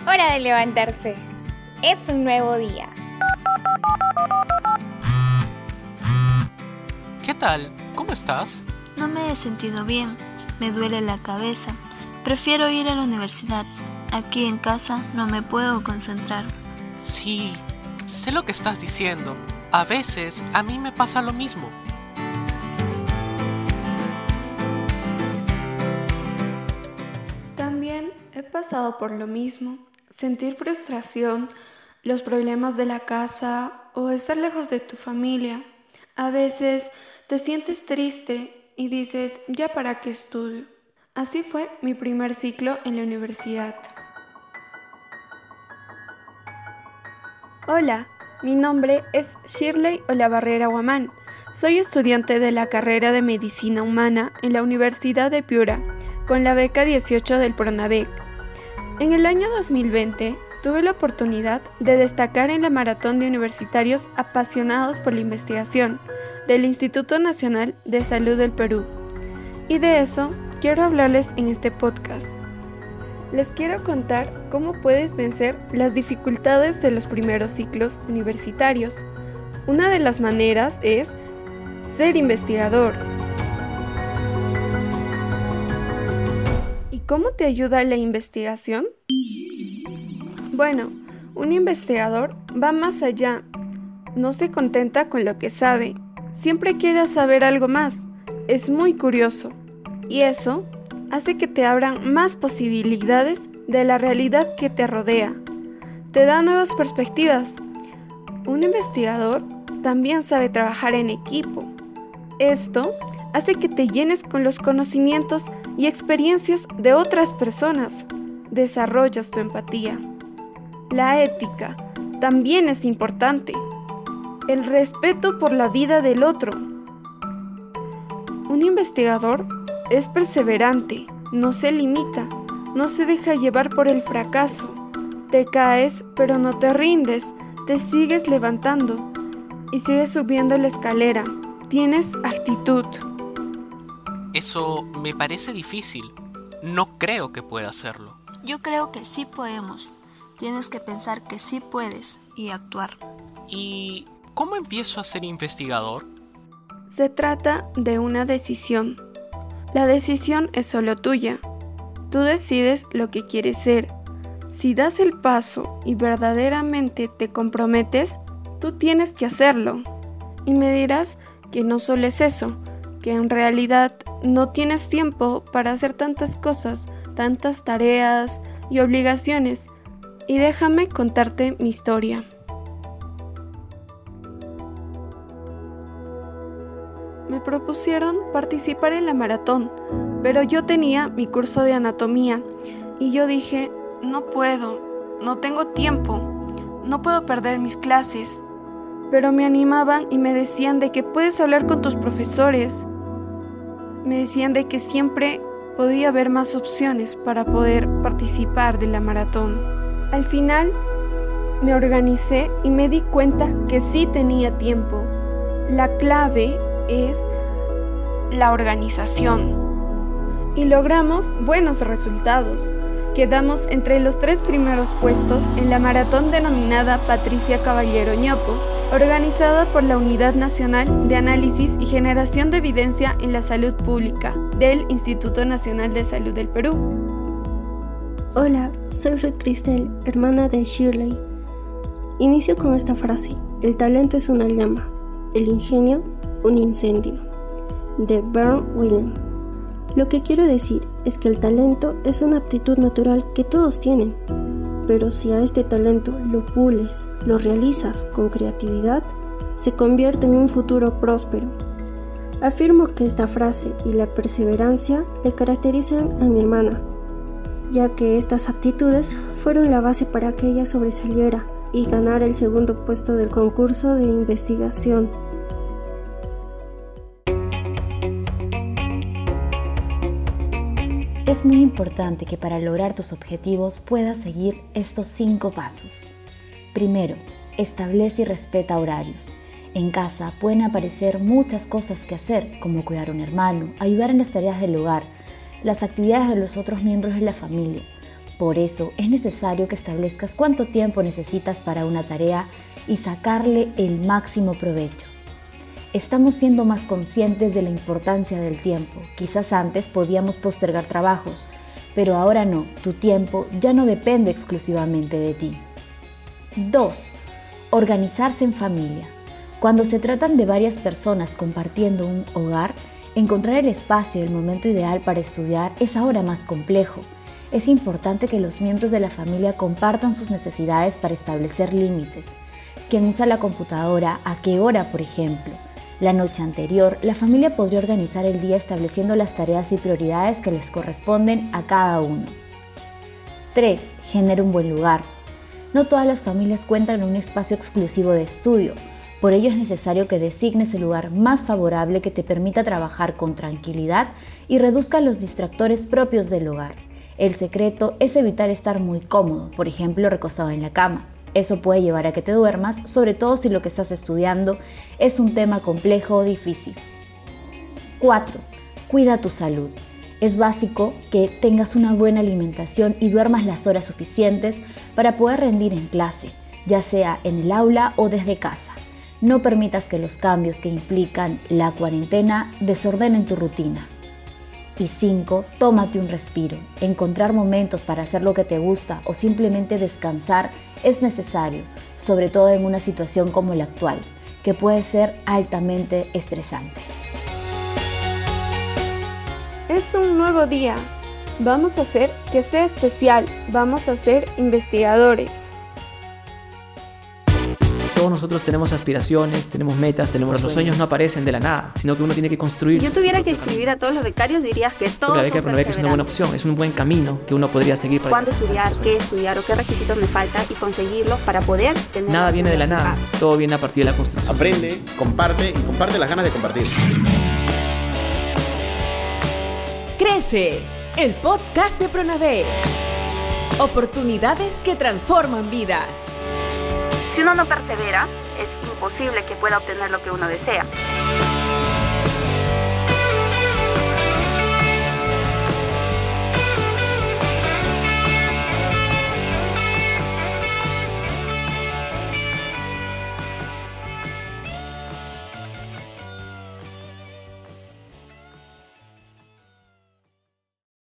Hora de levantarse. Es un nuevo día. ¿Qué tal? ¿Cómo estás? No me he sentido bien. Me duele la cabeza. Prefiero ir a la universidad. Aquí en casa no me puedo concentrar. Sí, sé lo que estás diciendo. A veces a mí me pasa lo mismo. También he pasado por lo mismo. Sentir frustración, los problemas de la casa o estar lejos de tu familia. A veces te sientes triste y dices, ¿ya para qué estudio? Así fue mi primer ciclo en la universidad. Hola, mi nombre es Shirley Olavarrera Guamán. Soy estudiante de la carrera de Medicina Humana en la Universidad de Piura, con la beca 18 del Pronavec. En el año 2020 tuve la oportunidad de destacar en la maratón de universitarios apasionados por la investigación del Instituto Nacional de Salud del Perú. Y de eso quiero hablarles en este podcast. Les quiero contar cómo puedes vencer las dificultades de los primeros ciclos universitarios. Una de las maneras es ser investigador. ¿Y cómo te ayuda la investigación? Bueno, un investigador va más allá. No se contenta con lo que sabe. Siempre quiere saber algo más. Es muy curioso. Y eso hace que te abran más posibilidades de la realidad que te rodea. Te da nuevas perspectivas. Un investigador también sabe trabajar en equipo. Esto hace que te llenes con los conocimientos y experiencias de otras personas. Desarrollas tu empatía. La ética también es importante. El respeto por la vida del otro. Un investigador es perseverante, no se limita, no se deja llevar por el fracaso. Te caes, pero no te rindes, te sigues levantando y sigues subiendo la escalera. Tienes actitud. Eso me parece difícil. No creo que pueda hacerlo. Yo creo que sí podemos. Tienes que pensar que sí puedes y actuar. ¿Y cómo empiezo a ser investigador? Se trata de una decisión. La decisión es solo tuya. Tú decides lo que quieres ser. Si das el paso y verdaderamente te comprometes, tú tienes que hacerlo. Y me dirás que no solo es eso, que en realidad no tienes tiempo para hacer tantas cosas, tantas tareas y obligaciones. Y déjame contarte mi historia. Me propusieron participar en la maratón, pero yo tenía mi curso de anatomía y yo dije, no puedo, no tengo tiempo, no puedo perder mis clases. Pero me animaban y me decían de que puedes hablar con tus profesores. Me decían de que siempre podía haber más opciones para poder participar de la maratón. Al final me organicé y me di cuenta que sí tenía tiempo. La clave es la organización. Y logramos buenos resultados. Quedamos entre los 3 primeros puestos en la maratón denominada Patricia Caballero Ñopo, organizada por la Unidad Nacional de Análisis y Generación de Evidencia en la Salud Pública del Instituto Nacional de Salud del Perú. Hola, soy Ruth Cristel, hermana de Shirley. Inicio con esta frase: el talento es una llama, el ingenio un incendio, de Bernard Williams. Lo que quiero decir es que el talento es una aptitud natural que todos tienen, pero si a este talento lo pules, lo realizas con creatividad, se convierte en un futuro próspero. Afirmo que esta frase y la perseverancia le caracterizan a mi hermana, ya que estas aptitudes fueron la base para que ella sobresaliera y ganara el segundo puesto del concurso de investigación. Es muy importante que para lograr tus objetivos puedas seguir estos 5 pasos. Primero, establece y respeta horarios. En casa pueden aparecer muchas cosas que hacer, como cuidar a un hermano, ayudar en las tareas del hogar, las actividades de los otros miembros de la familia. Por eso es necesario que establezcas cuánto tiempo necesitas para una tarea y sacarle el máximo provecho. Estamos siendo más conscientes de la importancia del tiempo. Quizás antes podíamos postergar trabajos, pero ahora no, tu tiempo ya no depende exclusivamente de ti. 2. Organizarse en familia. Cuando se tratan de varias personas compartiendo un hogar, encontrar el espacio y el momento ideal para estudiar es ahora más complejo. Es importante que los miembros de la familia compartan sus necesidades para establecer límites. ¿Quién usa la computadora? ¿A qué hora, por ejemplo? La noche anterior, la familia podría organizar el día estableciendo las tareas y prioridades que les corresponden a cada uno. 3. Genera un buen lugar. No todas las familias cuentan con un espacio exclusivo de estudio. Por ello es necesario que designes el lugar más favorable que te permita trabajar con tranquilidad y reduzca los distractores propios del hogar. El secreto es evitar estar muy cómodo, por ejemplo recostado en la cama. Eso puede llevar a que te duermas, sobre todo si lo que estás estudiando es un tema complejo o difícil. 4. Cuida tu salud. Es básico que tengas una buena alimentación y duermas las horas suficientes para poder rendir en clase, ya sea en el aula o desde casa. No permitas que los cambios que implican la cuarentena desordenen tu rutina. Y 5. Tómate un respiro. Encontrar momentos para hacer lo que te gusta o simplemente descansar es necesario, sobre todo en una situación como la actual, que puede ser altamente estresante. Es un nuevo día. Vamos a hacer que sea especial. Vamos a ser investigadores. Todos nosotros tenemos aspiraciones, tenemos metas, pero los sueños no aparecen de la nada, sino que uno tiene que construir. Si yo tuviera que escribir a todos los becarios, dirías que todos la beca de Pronabeca es una buena opción, es un buen camino que uno podría seguir para... ¿Cuándo estudiar, qué estudiar o qué requisitos me faltan y conseguirlos para poder tener... Nada viene de la nada, todo viene a partir de la construcción. Aprende, comparte y comparte las ganas de compartir. Crece, el podcast de Pronavec. Oportunidades que transforman vidas. Si uno no persevera, es imposible que pueda obtener lo que uno desea.